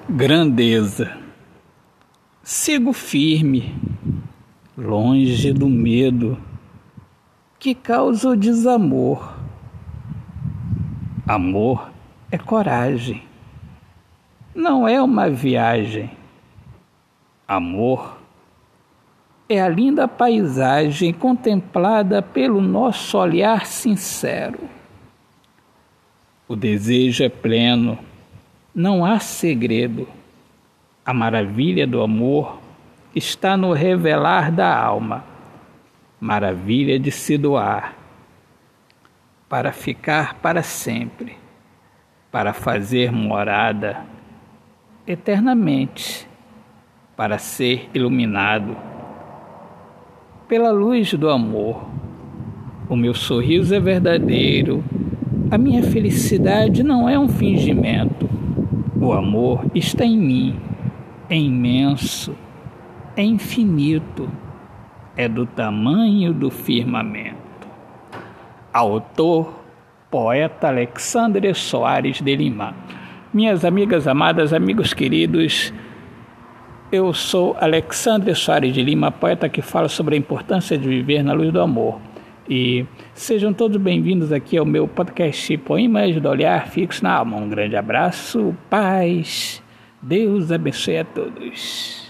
Grandeza. Sigo firme, longe do medo que causa o desamor. Amor é coragem, não é uma viagem. Amor é a linda paisagem contemplada pelo nosso olhar sincero. O desejo é pleno, não há segredo. A maravilha do amor está no revelar da alma, maravilha de se doar, para ficar para sempre, para fazer morada eternamente, para ser iluminado pela luz do amor. O meu sorriso é verdadeiro, a minha felicidade não é um fingimento. O amor está em mim, é imenso, é infinito, é do tamanho do firmamento. Autor, poeta Alexandre Soares de Lima. Minhas amigas amadas, amigos queridos, eu sou Alexandre Soares de Lima, poeta que fala sobre a importância de viver na luz do amor. E sejam todos bem-vindos aqui ao meu podcast Poemas do Olhar Fixo na Alma. Um grande abraço, paz, Deus abençoe a todos.